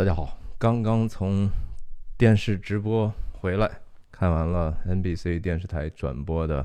大家好，刚刚从电视直播回来，看完了 NBC 电视台转播的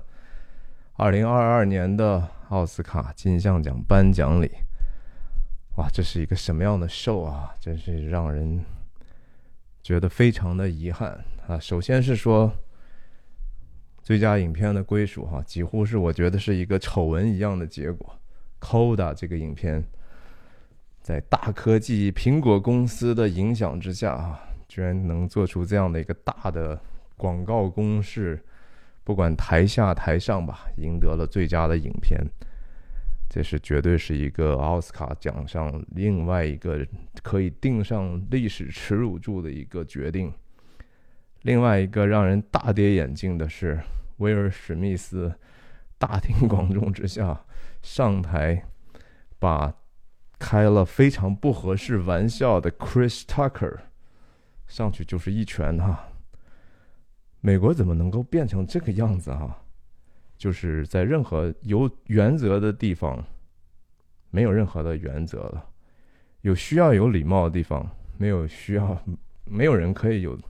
2022年的奥斯卡金像奖颁奖礼。哇，这是一个什么样的 show 啊，真是让人觉得非常的遗憾啊。首先是说最佳影片的归属几乎是我觉得是一个丑闻一样的结果。 Coda 这个影片在大科技苹果公司的影响之下居然能做出这样的一个大的广告攻势，不管台下台上吧，赢得了最佳的影片。这是绝对是一个奥斯卡奖上另外一个可以钉上历史耻辱柱的一个决定。另外一个让人大跌眼镜的是，威尔史密斯大庭广众之下上台，把开了非常不合适玩笑的 Chris Tucker 上去就是一拳美国怎么能够变成这个样子就是在任何有原则的地方没有任何的原则了，有需要有礼貌的地方没有人可以有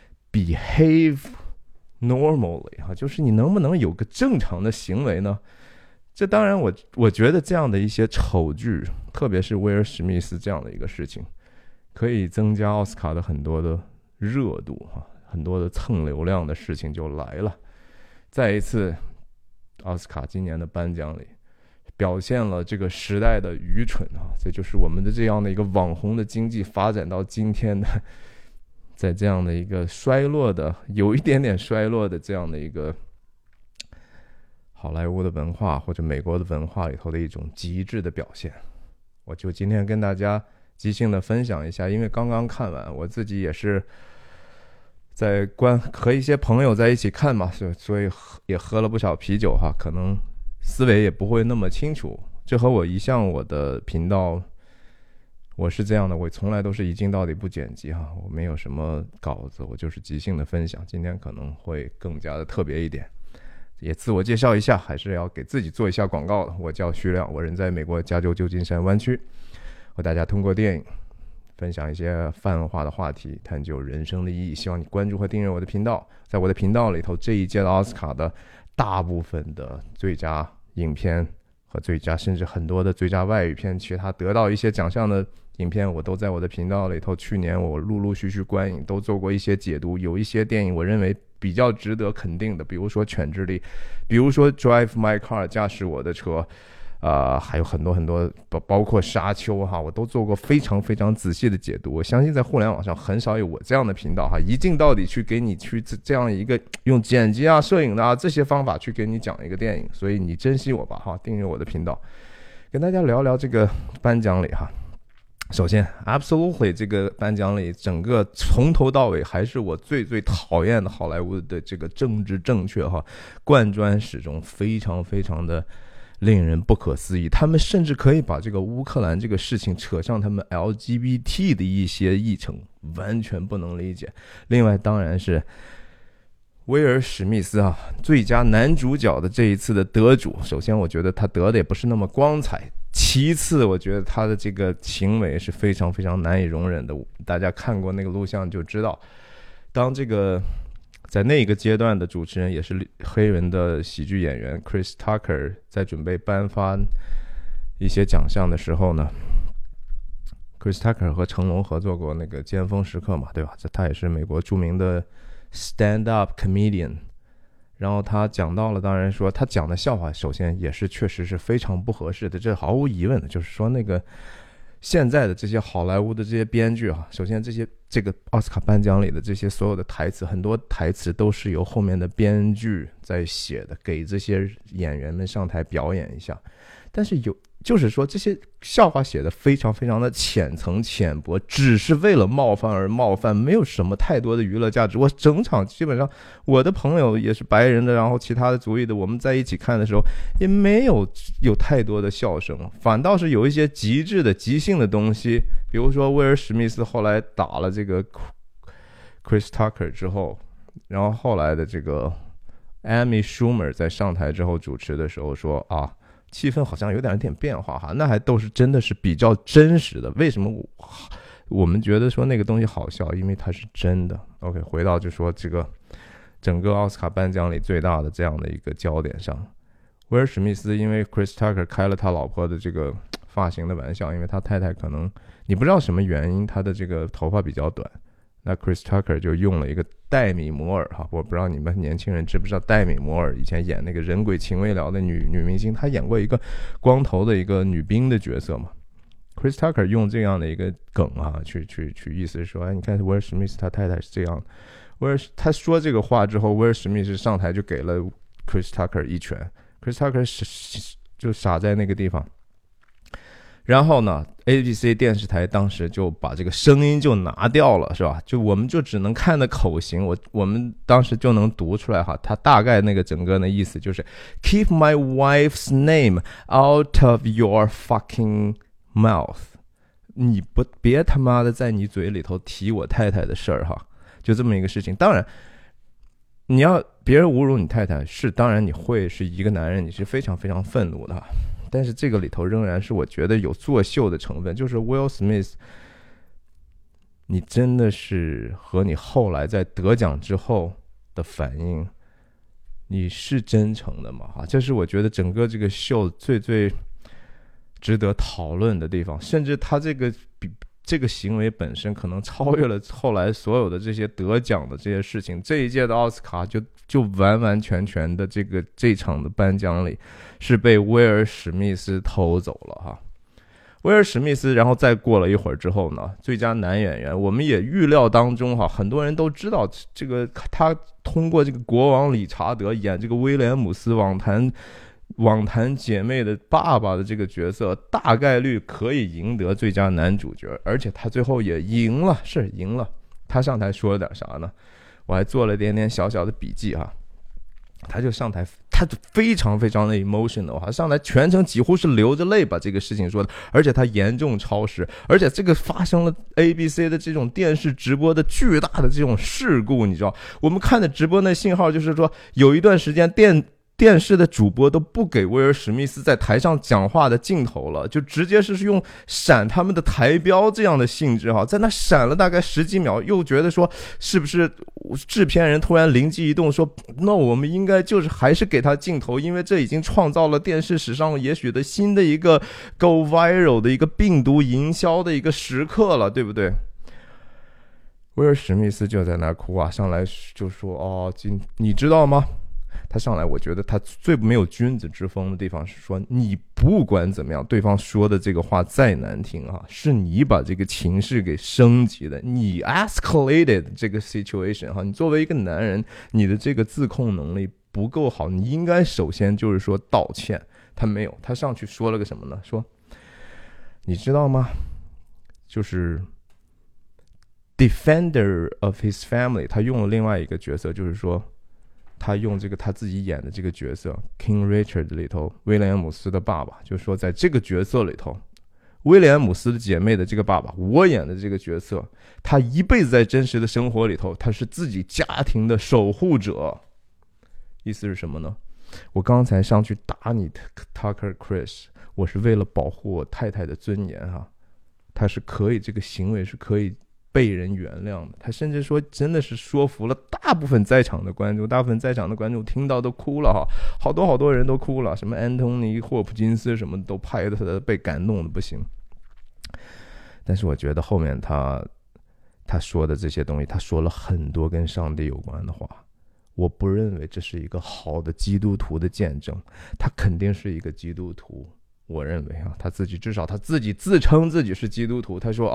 behave normally 就是你能不能有个正常的行为呢？这当然我觉得这样的一些丑剧，特别是威尔史密斯这样的一个事情，可以增加奥斯卡的很多的热度很多的蹭流量的事情就来了。再一次，奥斯卡今年的颁奖礼表现了这个时代的愚蠢这就是我们的这样的一个网红的经济发展到今天的，在这样的一个衰落的有一点点衰落的这样的一个好莱坞的文化或者美国的文化里头的一种极致的表现。我就今天跟大家即兴的分享一下，因为刚刚看完，我自己也是在和一些朋友在一起看嘛，所以也喝了不少啤酒可能思维也不会那么清楚。这和我一向我的频道我是这样的，我从来都是一镜到底不剪辑我没有什么稿子，我就是即兴的分享。今天可能会更加的特别一点，也自我介绍一下，还是要给自己做一下广告的。我叫徐亮，我人在美国加州旧金山湾区，和大家通过电影分享一些泛文化的话题，探究人生的意义。希望你关注和订阅我的频道。在我的频道里头，这一届的奥斯卡的大部分的最佳影片和最佳甚至很多的最佳外语片，其他得到一些奖项的影片，我都在我的频道里头。去年我陆陆续续观影，都做过一些解读。有一些电影我认为比较值得肯定的，比如说《犬之力》，比如说《Drive My Car》驾驶我的车，还有很多很多，包括《沙丘》我都做过非常非常仔细的解读。我相信在互联网上很少有我这样的频道一镜到底去给你去这样一个用剪辑摄影的这些方法去给你讲一个电影。所以你珍惜我吧订阅我的频道，跟大家聊聊这个颁奖礼首先 Absolutely 这个颁奖礼整个从头到尾还是我最最讨厌的好莱坞的这个政治正确贯穿始终，非常非常的令人不可思议。他们甚至可以把这个乌克兰这个事情扯上他们 LGBT 的一些议程，完全不能理解。另外当然是威尔史密斯最佳男主角的这一次的得主，首先我觉得他得的也不是那么光彩，其次我觉得他的这个行为是非常非常难以容忍的。大家看过那个录像就知道，当这个在那个阶段的主持人也是黑人的喜剧演员 Chris Tucker 在准备颁发一些奖项的时候呢， Chris Tucker 和成龙合作过那个尖峰时刻嘛，对吧？他也是美国著名的 stand-up comedian。然后他讲到了，当然说他讲的笑话首先也是确实是非常不合适的，这毫无疑问的。就是说那个现在的这些好莱坞的这些编剧首先这个奥斯卡颁奖里的这些所有的台词，很多台词都是由后面的编剧在写的，给这些演员们上台表演一下。但是就是说这些笑话写的非常非常的浅层浅薄，只是为了冒犯而冒犯，没有什么太多的娱乐价值。我整场基本上我的朋友也是白人的，然后其他的族裔的，我们在一起看的时候也没有太多的笑声，反倒是有一些极致的即兴的东西。比如说威尔史密斯后来打了这个 Chris Tucker 之后，然后后来的这个 Amy Schumer 在上台之后主持的时候说气氛好像有点变化那还都是真的是比较真实的。为什么我们觉得说那个东西好笑，因为它是真的。OK， 回到就说这个整个奥斯卡颁奖里最大的这样的一个焦点上，威尔史密斯因为 Chris Tucker 开了他老婆的这个发型的玩笑，因为他太太可能你不知道什么原因，他的这个头发比较短，那 Chris Tucker 就用了一个戴米摩尔哈，我不知道你们年轻人知不知道戴米摩尔以前演那个人鬼情未了的女明星，她演过一个光头的一个女兵的角色嘛。Chris Tucker 用这样的一个梗啊，去意思是说，哎，你看威尔史密斯他太太是这样，他说这个话之后，威尔史密斯上台就给了 Chris Tucker 一拳 ，Chris Tucker 就傻在那个地方。然后呢 ，ABC 电视台当时就把这个声音就拿掉了，是吧？就我们就只能看的口型，我们当时就能读出来哈，他大概那个整个的意思就是 Keep my wife's name out of your fucking mouth， 你别他妈的在你嘴里头提我太太的事儿哈，就这么一个事情。当然，你要别人侮辱你太太是，当然你会是一个男人，你是非常非常愤怒的哈。但是这个里头仍然是我觉得有作秀的成分，就是 Will Smith， 你真的是和你后来在得奖之后的反应，你是真诚的吗？哈，这是我觉得整个这个秀最值得讨论的地方，甚至他这个行为本身可能超越了后来所有的这些得奖的这些事情。这一届的奥斯卡就完完全全的这场的颁奖礼是被威尔史密斯偷走了哈。威尔史密斯，然后再过了一会儿之后呢，最佳男演员，我们也预料当中哈，很多人都知道这个他通过这个国王理查德演这个威廉姆斯网坛姐妹的爸爸的这个角色，大概率可以赢得最佳男主角，而且他最后也赢了。他上台说了点啥呢？我还做了点点小小的笔记哈。他就上台，他就非常非常的 emotional 哈，上台全程几乎是流着泪把这个事情说的，而且他严重超时，而且这个发生了 ABC 的这种电视直播的巨大的这种事故，你知道，我们看的直播那信号就是说，有一段时间电视的主播都不给威尔史密斯在台上讲话的镜头了，就直接是用闪他们的台标这样的性质哈，在那闪了大概10几秒，又觉得说是不是制片人突然灵机一动说，那我们应该就是还是给他镜头，因为这已经创造了电视史上也许的新的一个 go viral 的一个病毒营销的一个时刻了，对不对？威尔史密斯就在那哭啊，上来就说哦，你知道吗？他上来，我觉得他最没有君子之风的地方是说，你不管怎么样，对方说的这个话再难听啊，是你把这个情势给升级的，你 escalated 这个 situation 哈，你作为一个男人，你的这个自控能力不够好，你应该首先就是说道歉。他没有，他上去说了个什么呢？说，你知道吗？就是 defender of his family， 他用了另外一个角色，就是说。他用这个他自己演的这个角色 King Richard 里头威廉姆斯的爸爸，就是说在这个角色里头，威廉姆斯的姐妹的这个爸爸，我演的这个角色，他一辈子在真实的生活里头，他是自己家庭的守护者。意思是什么呢？我刚才上去打你 Tucker Chris， 我是为了保护我太太的尊严哈，他是可以，这个行为是可以被人原谅的。他甚至说真的是说服了大部分在场的观众听到都哭了哈，好多人都哭了，什么安东尼霍普金斯什么都拍的他被感动的不行。但是我觉得后面他说的这些东西，他说了很多跟上帝有关的话，我不认为这是一个好的基督徒的见证。他肯定是一个基督徒，我认为啊，至少他自己自称自己是基督徒。他说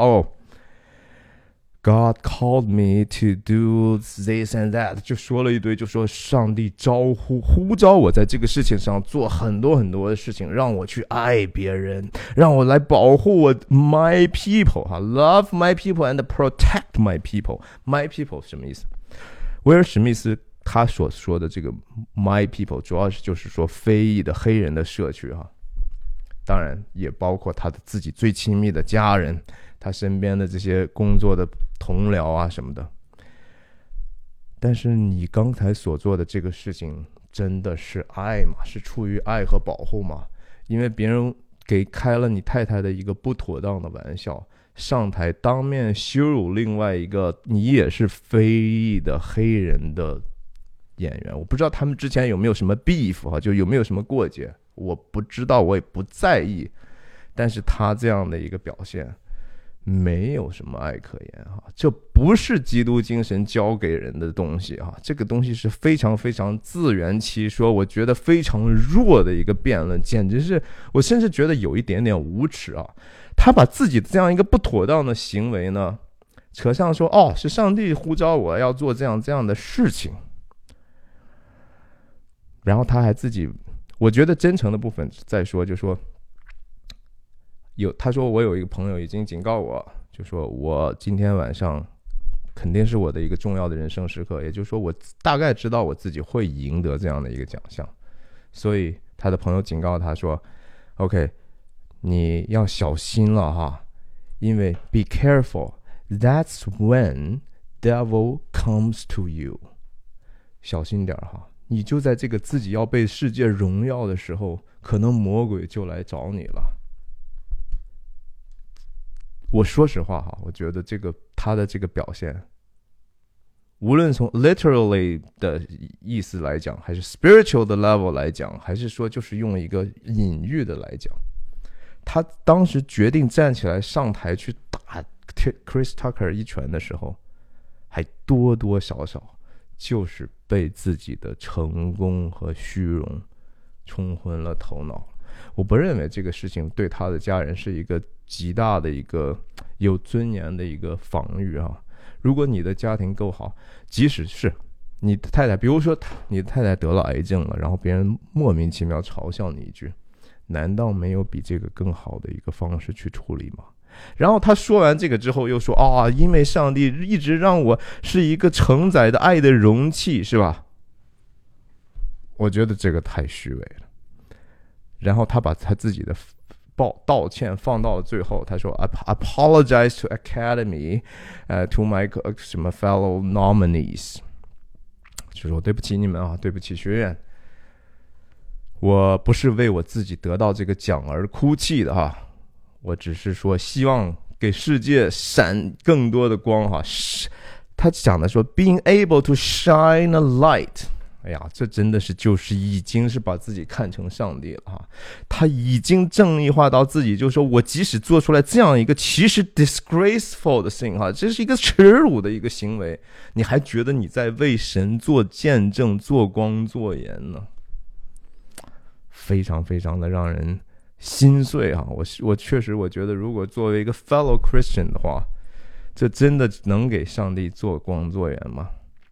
God called me to do this and that， 就说了一堆，就说上帝呼召我在这个事情上做很多的事情，让我去爱别人，让我来保护我 my people love my people and protect my people。 my people 什么意思？威尔史密斯他所说的这个 my people 主要是就是说非裔的黑人的社区哈，当然也包括他的自己最亲密的家人，他身边的这些工作的同僚啊什么的。但是你刚才所做的这个事情真的是爱吗？是出于爱和保护吗？因为别人给开了你太太的一个不妥当的玩笑， 上台当面羞辱另外一个你也是非裔的黑人的演员。我不知道他们之前有没有什么 beef 哈，就有没有什么过节，我不知道，我也不在意。但是他这样的一个表现，没有什么爱可言哈，这不是基督精神教给人的东西哈，这个东西是非常非常自圆其说，我觉得非常弱的一个辩论，简直是我甚至觉得有一点点无耻啊！他把自己这样一个不妥当的行为呢，扯上说哦，是上帝呼召我要做这样的事情，然后他还自己，我觉得真诚的部分再说，就说。他说我有一个朋友已经警告我，就说我今天晚上肯定是我的一个重要的人生时刻，也就是说我大概知道我自己会赢得这样的一个奖项，所以他的朋友警告他说 OK 你要小心了哈，因为 be careful that's when devil comes to you， 小心点哈，你就在这个自己要被世界荣耀的时候，可能魔鬼就来找你了。我说实话哈，我觉得他的这个表现，无论从 literally 的意思来讲，还是 spiritual 的 level 来讲，还是说就是用一个隐喻的来讲，他当时决定站起来上台去打 Chris Tucker 一拳的时候，还多多少少就是被自己的成功和虚荣冲昏了头脑。我不认为这个事情对他的家人是一个极大的一个有尊严的一个防御啊！如果你的家庭够好，即使是你的太太，比如说你的太太得了癌症了，然后别人莫名其妙嘲笑你一句，难道没有比这个更好的一个方式去处理吗？然后他说完这个之后又说啊，因为上帝一直让我是一个承载的爱的容器，是吧？我觉得这个太虚伪了。然后他把他自己的道歉放到了最后，他说 I apologize to Academy, to my 什么 fellow nominees， 就说对不起你们啊，对不起学院，我不是为我自己得到这个奖而哭泣的哈，我只是说希望给世界闪更多的光哈。他讲的说 being able to shine a light。哎呀，这真的是就是已经是把自己看成上帝了哈！他已经正义化到自己，就是说我即使做出来这样一个其实 disgraceful 的事情哈，这是一个耻辱的一个行为，你还觉得你在为神做见证、做光做盐呢？非常非常的让人心碎哈！我确实我觉得，如果作为一个 fellow Christian 的话，这真的能给上帝做光做盐吗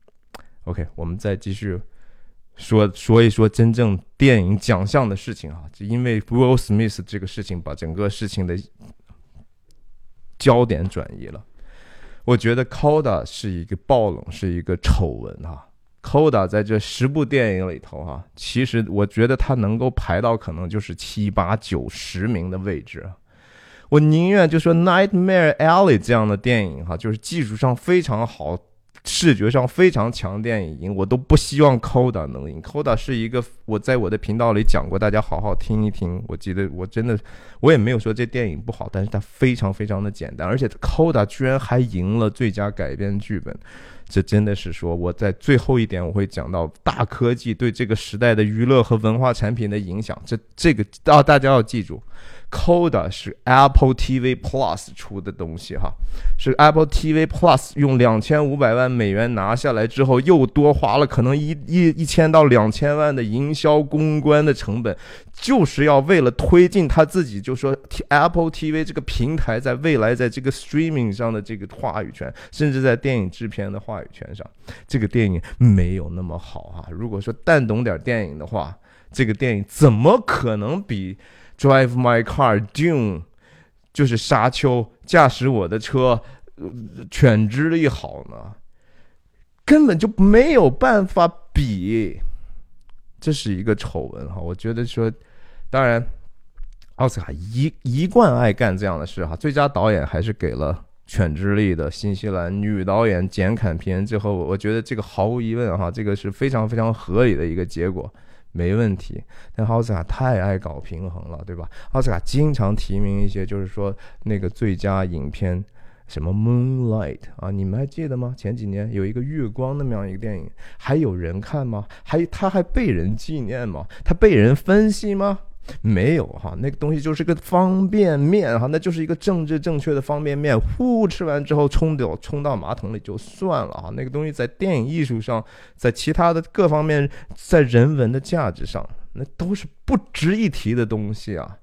？OK， 我们再继续。说一说真正电影奖项的事情啊，因为 Will Smith 这个事情把整个事情的焦点转移了。我觉得 Coda 是一个爆冷，是一个丑闻啊。Coda 在这10部电影里头啊，其实我觉得他能够排到可能就是7、8、9、10名的位置。我宁愿就说 Nightmare Alley 这样的电影哈，就是技术上非常好。视觉上非常强电影赢，我都不希望 Coda 能赢。Coda 是一个我在我的频道里讲过，大家好好听一听。我记得我也没有说这电影不好，但是它非常非常的简单，而且 Coda 居然还赢了最佳改编剧本。这真的是说，我在最后一点我会讲到大科技对这个时代的娱乐和文化产品的影响。这个大家要记住。Coda 是 Apple TV Plus 出的东西哈，是 Apple TV Plus 用$2500万拿下来之后，又多花了可能1000到2000万的营销公关的成本，就是要为了推进他自己，就说 Apple TV 这个平台在未来在这个 streaming 上的这个话语权，甚至在电影制片的话语权上，这个电影没有那么好啊。如果说淡懂点电影的话，这个电影怎么可能比Drive My Car Dune 就是沙丘驾驶我的车犬之力好呢？根本就没有办法比，这是一个丑闻哈。我觉得说，当然奥斯卡一贯爱干这样的事哈。最佳导演还是给了犬之力的新西兰女导演简·坎皮恩之后，我觉得这个毫无疑问哈，这个是非常非常合理的一个结果。 没问题。但奥斯卡太爱搞平衡了，对吧？奥斯卡经常提名一些，就是说那个最佳影片什么 Moonlight 啊，你们还记得吗？前几年有一个月光那么样一个电影，还有人看吗？他还被人纪念吗？他被人分析吗？没有哈，那个东西就是个方便面哈，那就是一个政治正确的方便面，吃完之后冲到马桶里就算了哈。那个东西在电影艺术上，在其他的各方面，在人文的价值上，那都是不值一提的东西啊。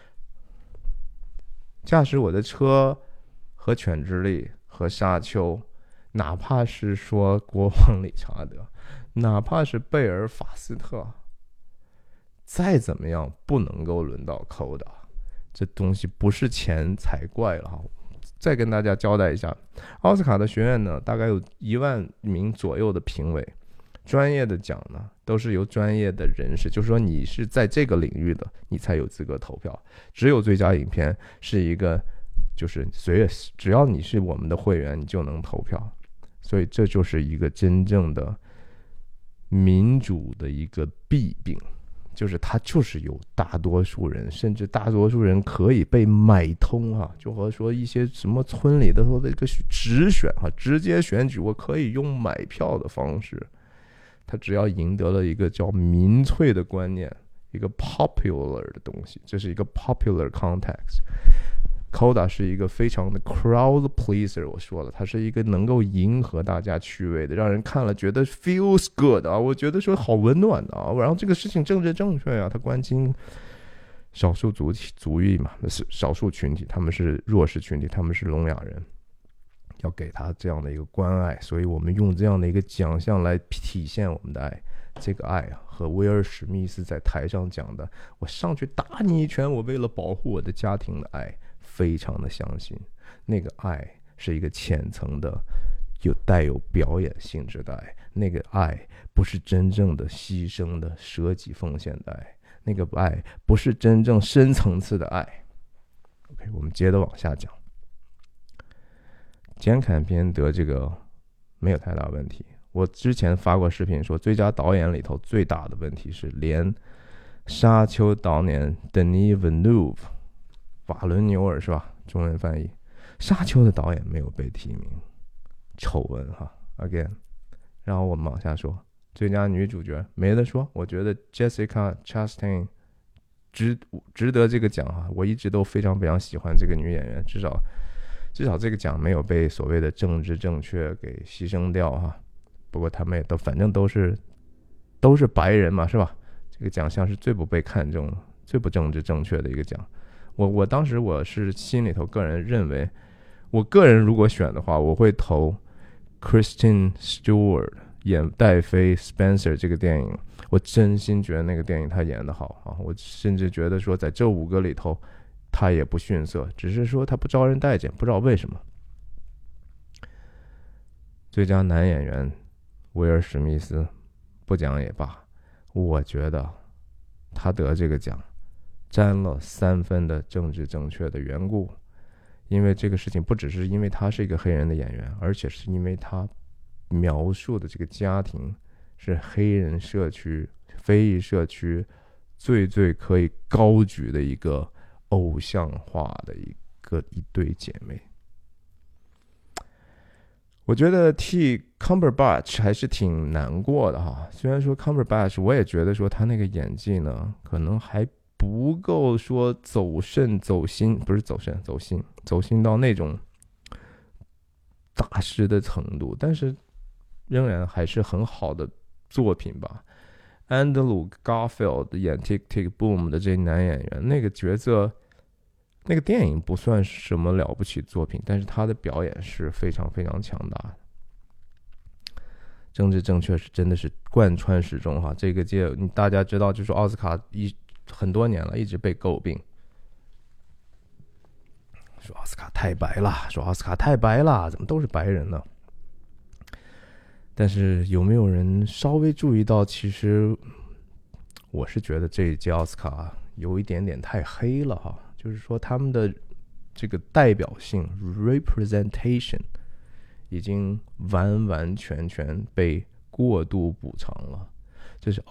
驾驶我的车和犬之力和沙丘，哪怕是说国王理查德，哪怕是贝尔法斯特，再怎么样不能够轮到Coda，这东西不是钱才怪了哈。再跟大家交代一下，奥斯卡的学院呢，大概有1万名左右的评委，专业的奖呢都是由专业的人士，就是说你是在这个领域的，你才有资格投票。只有最佳影片是一个，就是只要你是我们的会员，你就能投票。所以这就是一个真正的民主的一个弊病。就是他就是有大多数人，甚至大多数人可以被买通啊，就和说一些什么村里的说的一个直选啊，直接选举，我可以用买票的方式，他只要赢得了一个叫民粹的观念，一个 popular 的东西，这是一个 popular context。Coda 是一个非常的 crowd pleaser， 我说了，它是一个能够迎合大家趣味的，让人看了觉得 feels good 啊，我觉得说好温暖啊。然后这个事情政治正确啊，它关心少数族裔嘛，是少数群体，他们是弱势群体，他们是聋哑人，要给他这样的一个关爱，所以我们用这样的一个奖项来体现我们的爱。这个爱啊，和威尔史密斯在台上讲的“我上去打你一拳，我为了保护我的家庭”的爱。非常的相信，那个爱是一个浅层的，带有表演性质的爱。那个爱不是真正的牺牲的、舍己奉献的爱，那个爱不是真正深层次的爱。OK， 我们接着往下讲。简坎片得这个没有太大问题。我之前发过视频说，最佳导演里头最大的问题是，连沙丘导演 Denis Villeneuve。瓦伦纽尔是吧？中文翻译，沙丘的导演没有被提名，丑闻哈 ，again。然后我们往下说，最佳女主角没得说，我觉得 Jessica Chastain 值得这个奖哈，我一直都非常非常喜欢这个女演员，至少这个奖没有被所谓的政治正确给牺牲掉哈。不过他们也都反正都是白人嘛，是吧？这个奖项是最不被看重、最不政治正确的一个奖。我当时我是心里头个人认为，我个人如果选的话，我会投 Kristen Stewart 演戴妃 Spencer 这个电影。我真心觉得那个电影他演得好啊！我甚至觉得说在这5个里头，他也不逊色，只是说他不招人待见，不知道为什么。最佳男演员威尔史密斯不讲也罢，我觉得他得这个奖沾了3分的政治正确的缘故，因为这个事情不只是因为他是一个黑人的演员，而且是因为他描述的这个家庭是黑人社区、非裔社区最可以高举的一个偶像化的一对姐妹。我觉得替 Cumberbatch 还是挺难过的哈，虽然说 Cumberbatch 我也觉得说他那个演技呢，可能还不够说走心到那种大师的程度，但是仍然还是很好的作品吧。Andrew Garfield 演 Tick Tick Boom 的这男演员，那个角色，那个电影不算是什么了不起作品，但是他的表演是非常非常强大的。政治正确是真的是贯穿始终哈，这个届大家知道，就是奥斯卡很多年了，一直被诟病，说奥斯卡太白了，怎么都是白人呢？但是有没有人稍微注意到，其实我是觉得这一届奥斯卡有一点点太黑了哈，就是说他们的这个代表性 representation 已经完完全全被过度补偿了。 这是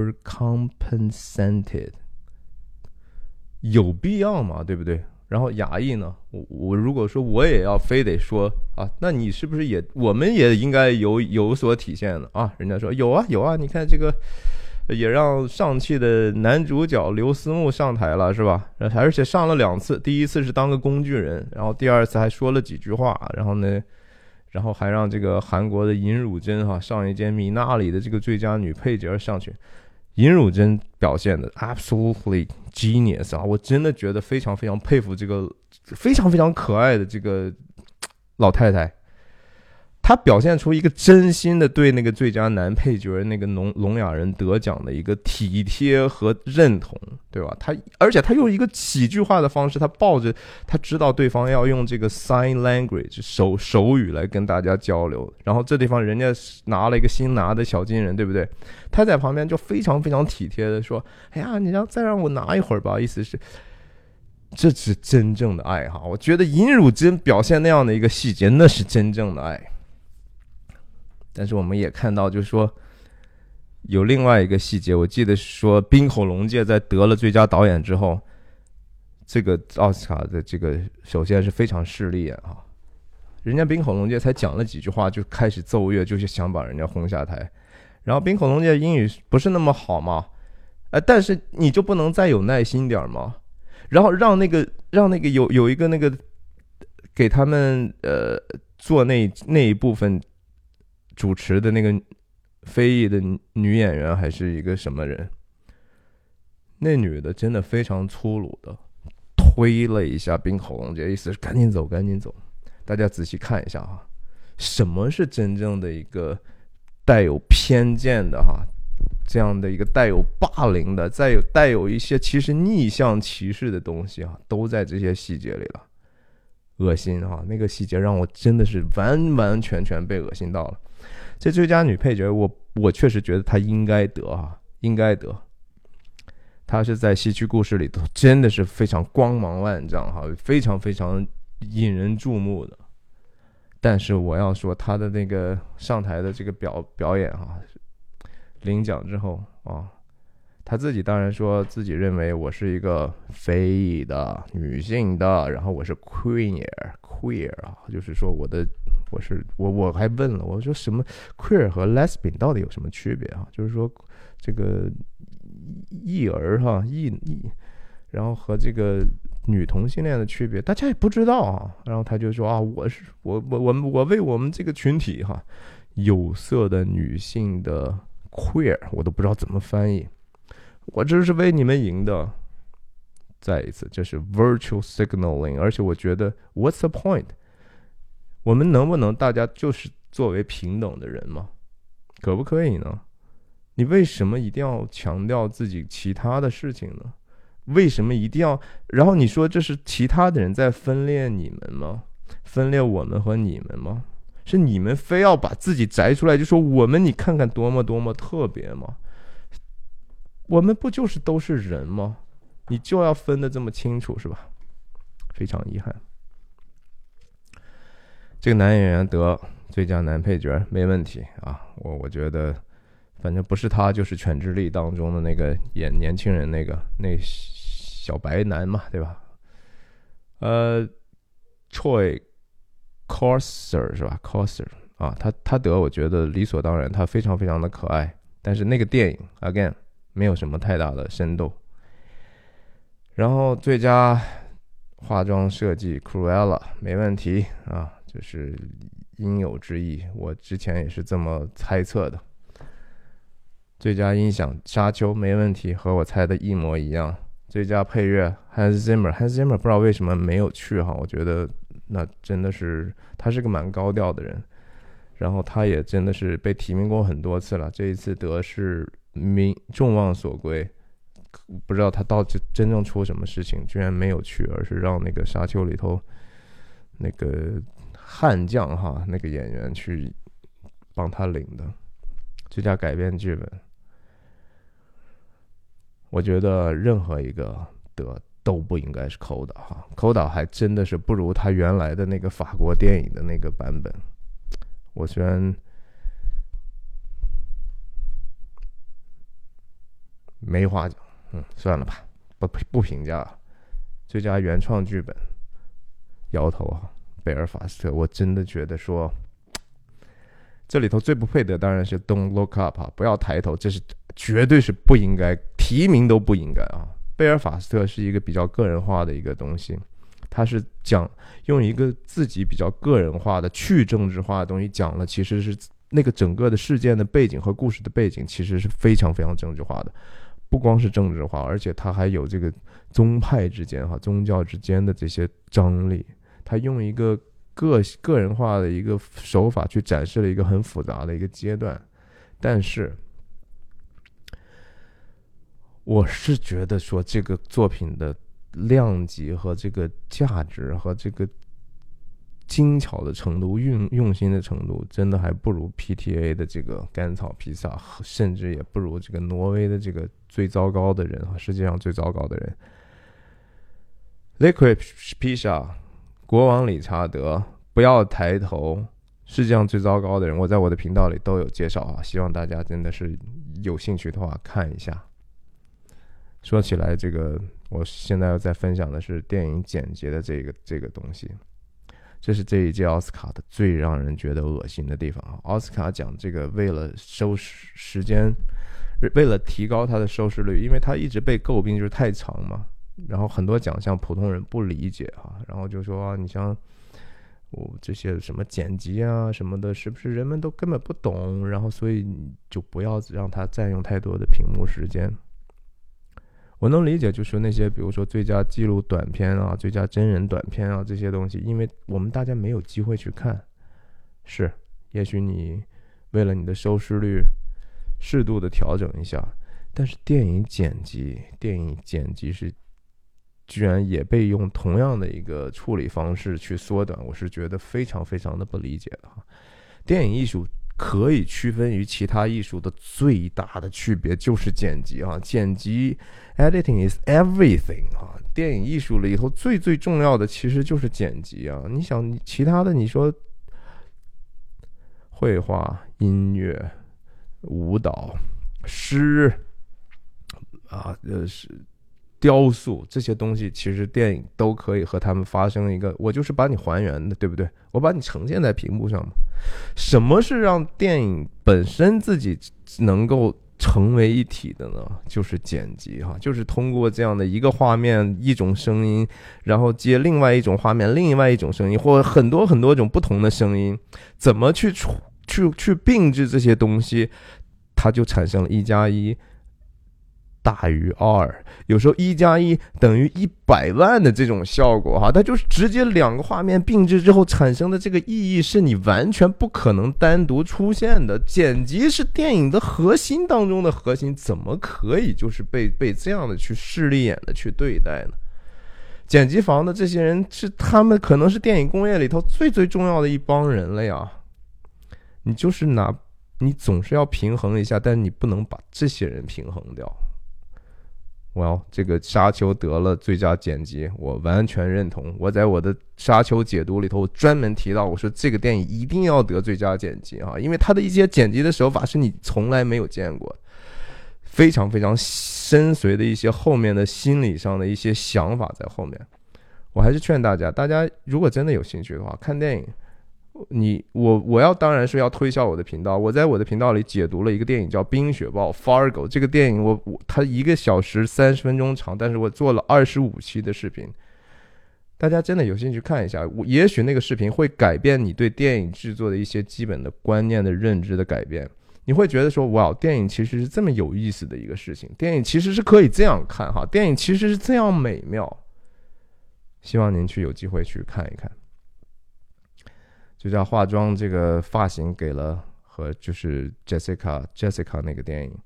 overcompensated， 有必要吗？对不对？然后亚裔呢，我如果说我也要非得说啊，那你是不是也我们也应该有所体现呢？啊，人家说有啊有啊，你看这个也让上汽的男主角刘思慕上台了，是吧？而且上了2次，第一次是当个工具人，然后第2次还说了几句话，然后还让这个韩国的尹汝贞上一届米娜里的这个最佳女配角上去。尹汝贞表现的 absolutely genius 啊，我真的觉得非常非常佩服这个非常非常可爱的这个老太太。他表现出一个真心的对那个最佳男配角那个聋哑人得奖的一个体贴和认同，对吧？而且他用一个喜剧化的方式，他抱着他知道对方要用这个 sign language 手语来跟大家交流，然后这地方人家拿了一个新拿的小金人，对不对？他在旁边就非常非常体贴的说：“哎呀，你再让我拿一会儿吧。”意思是这是真正的爱哈。我觉得尹汝贞表现那样的一个细节，那是真正的爱。但是我们也看到，就是说有另外一个细节，我记得说滨口龙介在得了最佳导演之后，这个奥斯卡的这个首先是非常势利眼啊，人家滨口龙介才讲了几句话就开始奏乐，就是想把人家轰下台。然后滨口龙介英语不是那么好嘛，但是你就不能再有耐心点吗？然后让那个有一个那个给他们做那一部分主持的那个非裔的女演员还是一个什么人，那女的真的非常粗鲁的推了一下滨口龙介，意思是赶紧走赶紧走。大家仔细看一下啊，什么是真正的一个带有偏见的这样的一个带有霸凌的带有一些其实逆向歧视的东西都在这些细节里了。恶心那个细节让我真的是完完全全被恶心到了。这最佳女配角我确实觉得她应该得应该得。她是在戏曲故事里头真的是非常光芒万丈非常非常引人注目的。但是我要说她的那个上台的这个表演领奖之后她自己当然说自己认为我是一个非裔的女性的，然后我是 queer 就是说我还问了，我说什么 queer 和 lesbian 到底有什么区别就是说这个异儿异，然后和这个女同性恋的区别大家也不知道然后他就说我为我们这个群体有色的女性的 queer 我都不知道怎么翻译，我这是为你们赢的。再一次这是 virtual signaling， 而且我觉得 what's the point， 我们能不能大家就是作为平等的人吗？可不可以呢？你为什么一定要强调自己其他的事情呢？为什么一定要然后你说这是其他的人在分裂你们吗？分裂我们和你们吗？是你们非要把自己摘出来就说我们你看看多么多么特别吗？我们不就是都是人吗？你就要分得这么清楚是吧？非常遗憾。这个男演员得最佳男配角没问题我觉得反正不是他就是犬之力当中的那个演年轻人那小白男嘛，对吧？Troy Corser 是吧 ？Corser 他得我觉得理所当然，他非常非常的可爱，但是那个电影 again 没有什么太大的深度。然后最佳化妆设计 Cruella 没问题就是应有之义，我之前也是这么猜测的。最佳音响沙丘没问题，和我猜的一模一样。最佳配乐 Hans Zimmer 不知道为什么没有去我觉得那真的是他是个蛮高调的人，然后他也真的是被提名过很多次了，这一次得是众望所归，不知道他到底真正出什么事情，居然没有去，而是让那个沙丘里头那个悍将那个演员去帮他领的。最佳改编剧本我觉得任何一个得都不应该是Coda还真的是不如他原来的那个法国电影的那个版本。我虽然没话讲，算了吧，不评价了。最佳原创剧本，摇头啊，贝尔法斯特，我真的觉得说，这里头最不配的当然是 Don't Look Up 啊，不要抬头，这是绝对是不应该，提名都不应该啊。贝尔法斯特是一个比较个人化的一个东西，他是用一个自己比较个人化的去政治化的东西讲了，其实是那个整个的事件的背景和故事的背景其实是非常非常政治化的，不光是政治化，而且它还有这个宗派之间宗教之间的这些张力，他用一个个人化的一个手法去展示了一个很复杂的一个阶段。但是我是觉得说这个作品的量级和这个价值和这个精巧的程度、用心的程度，真的还不如 PTA 的这个甘草披萨，甚至也不如这个挪威的这个最糟糕的人，世界上最糟糕的人 Licorice Pizza， 国王理查德，不要抬头，世界上最糟糕的人，我在我的频道里都有介绍啊，希望大家真的是有兴趣的话看一下。说起来，这个我现在要再分享的是电影剪辑的这个东西，这是这一届奥斯卡的最让人觉得恶心的地方啊！奥斯卡奖这个为了收时间，为了提高它的收视率，因为它一直被诟病就是太长嘛，然后很多奖项普通人不理解啊，然后就说你像这些什么剪辑啊什么的，是不是人们都根本不懂？然后所以你就不要让它占用太多的屏幕时间。我能理解，就是那些比如说最佳纪录短片啊、最佳真人短片啊这些东西，因为我们大家没有机会去看，是，也许你为了你的收视率适度的调整一下，但是电影剪辑是居然也被用同样的一个处理方式去缩短，我是觉得非常非常的不理解的哈。电影艺术可以区分于其他艺术的最大的区别就是剪辑啊，剪辑 editing is everything 啊，电影艺术里头最重要的其实就是剪辑啊。你想其他的，你说绘画、音乐、舞蹈、诗啊，是雕塑这些东西，其实电影都可以和他们发生一个，我就是把你还原的，对不对？我把你呈现在屏幕上嘛。什么是让电影本身自己能够成为一体的呢？就是剪辑哈，就是通过这样的一个画面、一种声音，然后接另外一种画面、另外一种声音，或很多很多种不同的声音，怎么去并置这些东西，它就产生了1+1大于2，有时候1+1等于100万的这种效果哈，它就是直接两个画面并置之后产生的这个意义是你完全不可能单独出现的。剪辑是电影的核心当中的核心，怎么可以就是被这样的去势利眼的去对待呢？剪辑房的这些人他们可能是电影工业里头最重要的一帮人了呀。你就是你总是要平衡一下，但你不能把这些人平衡掉。这个沙丘得了最佳剪辑，我完全认同。我在我的沙丘解读里头专门提到，我说这个电影一定要得最佳剪辑啊，因为它的一些剪辑的手法是你从来没有见过，非常非常深邃的一些后面的心理上的一些想法在后面。我还是劝大家如果真的有兴趣的话，看电影。我当然是要推销我的频道。我在我的频道里解读了一个电影叫《冰雪暴》 Fargo， 这个电影它1个小时30分钟长，但是我做了25期的视频。大家真的有兴趣看一下，也许那个视频会改变你对电影制作的一些基本的观念的认知的改变。你会觉得说，电影其实是这么有意思的一个事情，电影其实是可以这样看哈，电影其实是这样美妙。希望您有机会去看一看。就叫化妆这个发型给了和就是 Jessica 那个电影。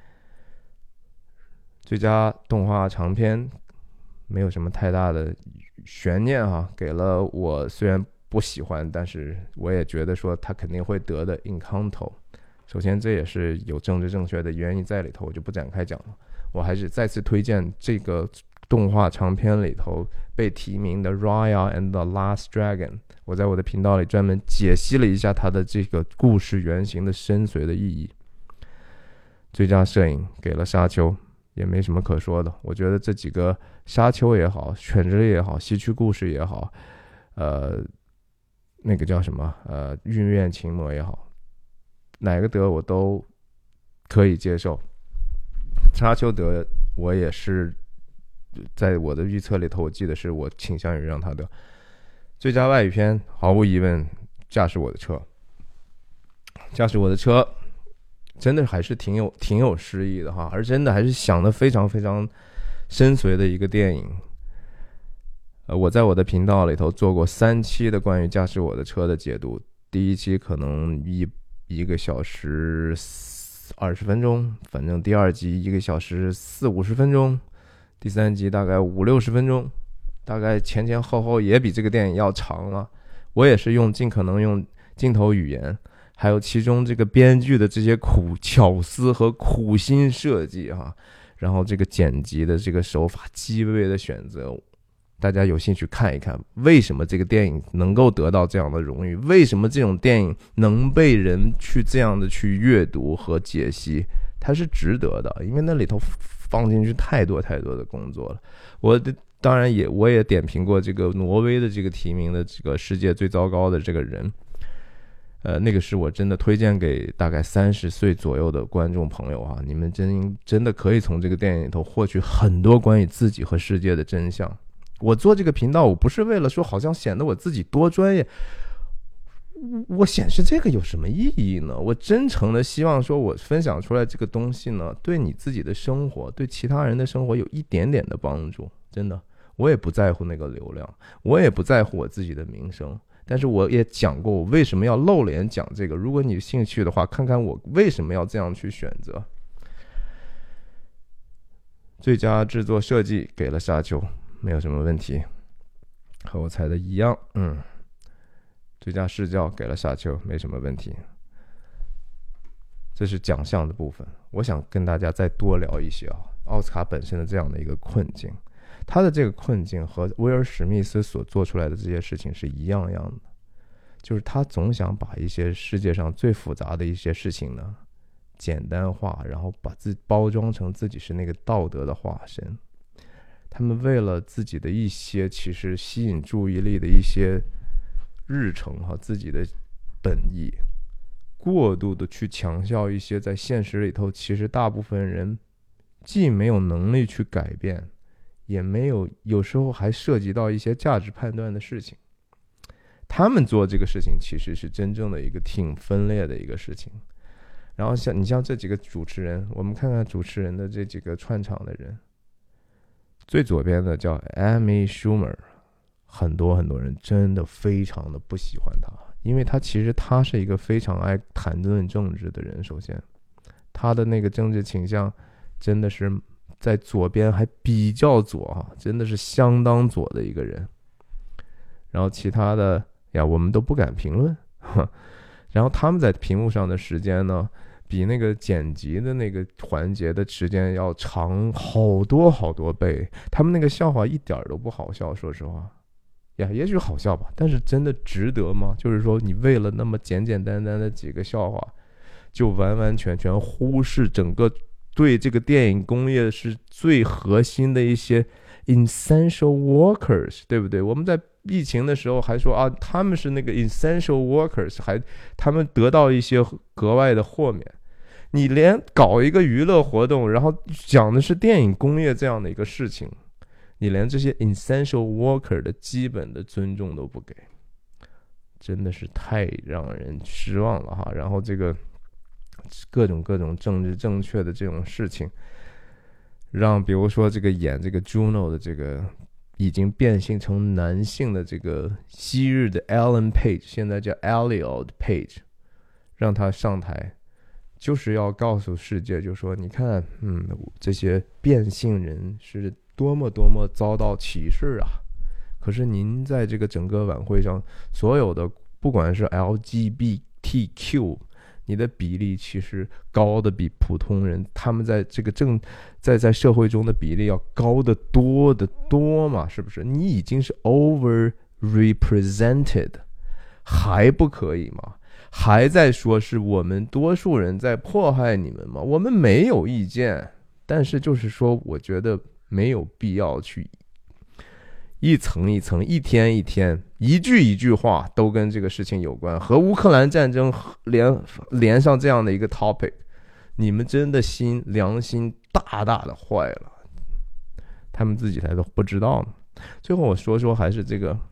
最佳动画长片没有什么太大的悬念哈，给了我虽然不喜欢，但是我也觉得说他肯定会得的 Encanto。首先这也是有政治正确的原因在里头，我就不展开讲了。我还是再次推荐这个动画长片里头被提名的 Raya and the Last Dragon， 我在我的频道里专门解析了一下它的这个故事原型的深邃的意义。最佳摄影给了沙丘， 也没什么可说的。我觉得这几个沙丘也好，犬之力也好，西区故事也好，那个叫什么韵苑情魔也好，哪个得我都可以接受。沙丘得我也是在我的预测里头，我记得是我倾向于让他得最佳外语片，毫无疑问驾驶我的车。驾驶我的车真的还是挺有诗意的哈，而真的还是想得非常非常深邃的一个电影。我在我的频道里头做过3期的关于驾驶我的车的解读，第1期可能一个小时20分钟，反正第2集1个小时40-50分钟，第3集大概50-60分钟，大概前后也比这个电影要长了。我也是尽可能用镜头语言，还有其中这个编剧的这些巧思和苦心设计哈，然后这个剪辑的这个手法机位的选择，大家有兴趣看一看，为什么这个电影能够得到这样的荣誉，为什么这种电影能被人去这样的去阅读和解析，它是值得的，因为那里头放进去太多的工作了。当然我也点评过这个挪威的这个提名的这个世界最糟糕的这个人，那个是我真的推荐给大概30岁左右的观众朋友啊，你们真的可以从这个电影里头获取很多关于自己和世界的真相。我做这个频道，我不是为了说好像显得我自己多专业，我显示这个有什么意义呢？我真诚的希望说我分享出来这个东西呢，对你自己的生活，对其他人的生活有一点点的帮助。真的，我也不在乎那个流量，我也不在乎我自己的名声，但是我也讲过我为什么要露脸讲这个。如果你有兴趣的话，看看我为什么要这样去选择。最佳制作设计给了沙丘，没有什么问题，和我猜的一样。最佳视角给了沙丘，没什么问题。这是奖项的部分，我想跟大家再多聊一些奥斯卡本身的这样的一个困境。他的这个困境和威尔史密斯所做出来的这些事情是一样的，就是他总想把一些世界上最复杂的一些事情呢简单化，然后把自己包装成自己是那个道德的化身。他们为了自己的一些其实吸引注意力的一些日程和自己的本意，过度的去强调一些在现实里头其实大部分人既没有能力去改变，也没有时候还涉及到一些价值判断的事情。他们做这个事情其实是真正的一个挺分裂的一个事情。然后你像这几个主持人，我们看看主持人的这几个串场的人，最左边的叫 Amy Schumer， 很多人真的非常的不喜欢他，因为他是一个非常爱谈论政治的人。首先他的那个政治倾向真的是在左边还比较左真的是相当左的一个人。然后其他的我们都不敢评论。然后他们在屏幕上的时间呢，比那个剪辑的那个环节的时间要长好多倍。他们那个笑话一点都不好笑，说实话也许好笑吧，但是真的值得吗？就是说你为了那么简单的几个笑话，就完全忽视整个对这个电影工业是最核心的一些 essential workers， 对不对？我们在疫情的时候还说他们是那个 essential workers， 还他们得到一些格外的豁免。你连搞一个娱乐活动，然后讲的是电影工业这样的一个事情，你连这些 essential worker 的基本的尊重都不给，真的是太让人失望了然后这个各种政治正确的这种事情，让比如说这个演这个 Juno 的这个已经变性成男性的这个昔日的 Ellen Page， 现在叫 Elliot Page， 让他上台，就是要告诉世界，就说你看这些变性人是多么遭到歧视可是您在这个整个晚会上所有的不管是 LGBTQ，你的比例其实高的比普通人他们在这个在社会中的比例要高得多嘛，是不是？你已经是 over represented， 还不可以吗？还在说是我们多数人在迫害你们吗？我们没有意见， 但是就是说，我觉得没有必要去一层一层、一天一天、一句一句话都跟这个事情有关，和乌克兰战争连上这样的一个 topic， 你们真的良心大大的坏了，他们自己才都不知道呢。最后我说还是这个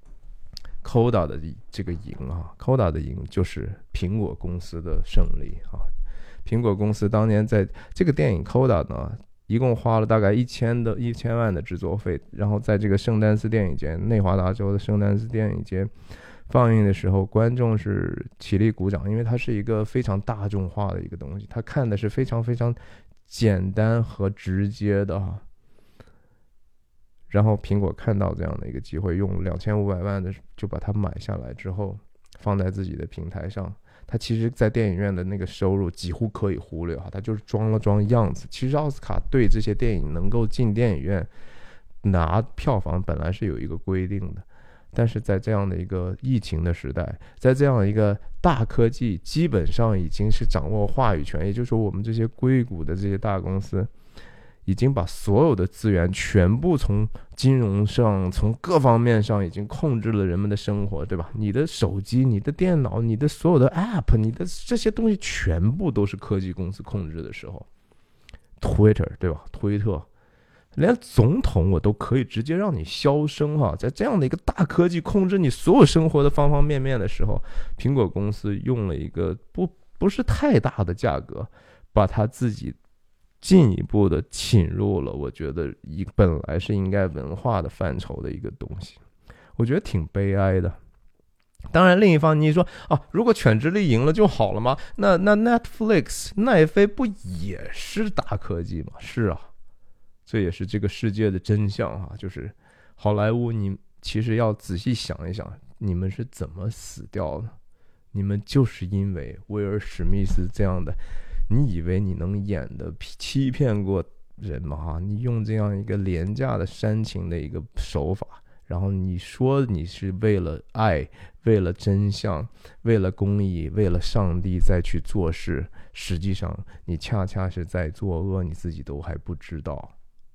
Coda 的这个赢啊 ，Coda 的赢就是苹果公司的胜利啊。苹果公司当年在这个电影 Coda 呢，一共花了大概1000万的制作费，然后在这个圣丹斯电影节，内华达州的圣丹斯电影节放映的时候，观众是起立鼓掌，因为它是一个非常大众化的一个东西，他看的是非常非常简单和直接的哈。然后苹果看到这样的一个机会，用2500万的就把它买下来之后，放在自己的平台上。它其实在电影院的那个收入几乎可以忽略哈，它就是装了装样子。其实奥斯卡对这些电影能够进电影院拿票房本来是有一个规定的，但是在这样的一个疫情的时代，在这样的一个大科技基本上已经是掌握话语权，也就是说我们这些硅谷的这些大公司已经把所有的资源全部从金融上、从各方面上已经控制了人们的生活，对吧？你的手机、你的电脑、你的所有的 App、你的这些东西全部都是科技公司控制的时候 ，Twitter 对吧？推特，连总统我都可以直接让你销声哈，在这样的一个大科技控制你所有生活的方方面面的时候，苹果公司用了一个不是太大的价格，把它自己进一步的侵入了，我觉得本来是应该文化的范畴的一个东西，我觉得挺悲哀的。当然，另一方你说啊，如果犬之力赢了就好了吗？那 Netflix 奈飞不也是大科技吗？是啊，这也是这个世界的真相啊，就是好莱坞，你其实要仔细想一想，你们是怎么死掉的？你们就是因为威尔史密斯这样的。你以为你能演的欺骗过人吗？哈，你用这样一个廉价的煽情的一个手法，然后你说你是为了爱、为了真相、为了公义、为了上帝再去做事，实际上你恰恰是在作恶，你自己都还不知道。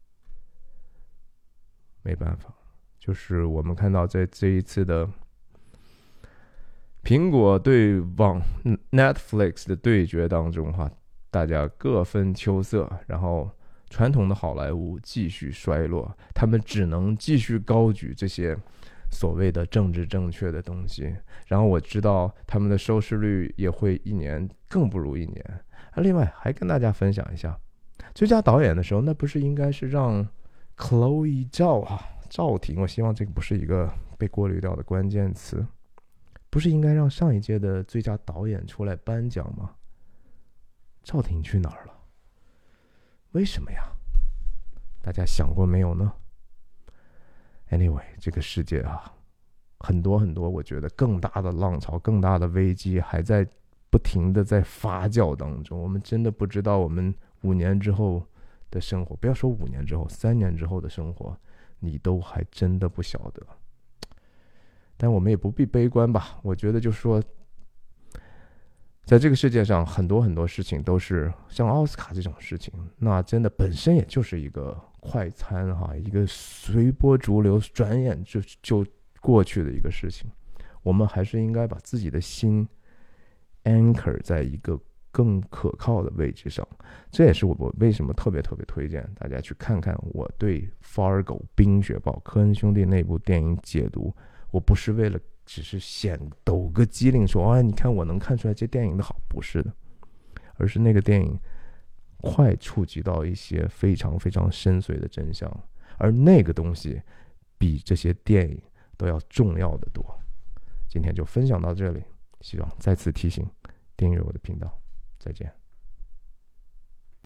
没办法，就是我们看到在这一次的苹果对网 Netflix 的对决当中哈，大家各分秋色，然后传统的好莱坞继续衰落，他们只能继续高举这些所谓的政治正确的东西，然后我知道他们的收视率也会一年更不如一年。另外还跟大家分享一下，最佳导演的时候，那不是应该是让 Chloe 赵婷，我希望这个不是一个被过滤掉的关键词，不是应该让上一届的最佳导演出来颁奖吗？赵婷去哪儿了？为什么呀？大家想过没有呢 ？Anyway， 这个世界啊，很多很多，我觉得更大的浪潮、更大的危机还在不停的在发酵当中。我们真的不知道我们5年之后的生活，不要说5年之后，3年之后的生活，你都还真的不晓得。但我们也不必悲观吧，我觉得就是说，在这个世界上很多很多事情都是像奥斯卡这种事情，那真的本身也就是一个快餐哈，一个随波逐流转眼就过去的一个事情。我们还是应该把自己的心 anchor 在一个更可靠的位置上。这也是我为什么特别推荐大家去看看我对 Fargo 冰雪暴科恩兄弟那部电影解读。我不是为了只是抖个机灵说，哎，你看我能看出来这电影的好，不是的，而是那个电影快触及到一些非常非常深邃的真相，而那个东西比这些电影都要重要的多。今天就分享到这里，希望再次提醒订阅我的频道，再见。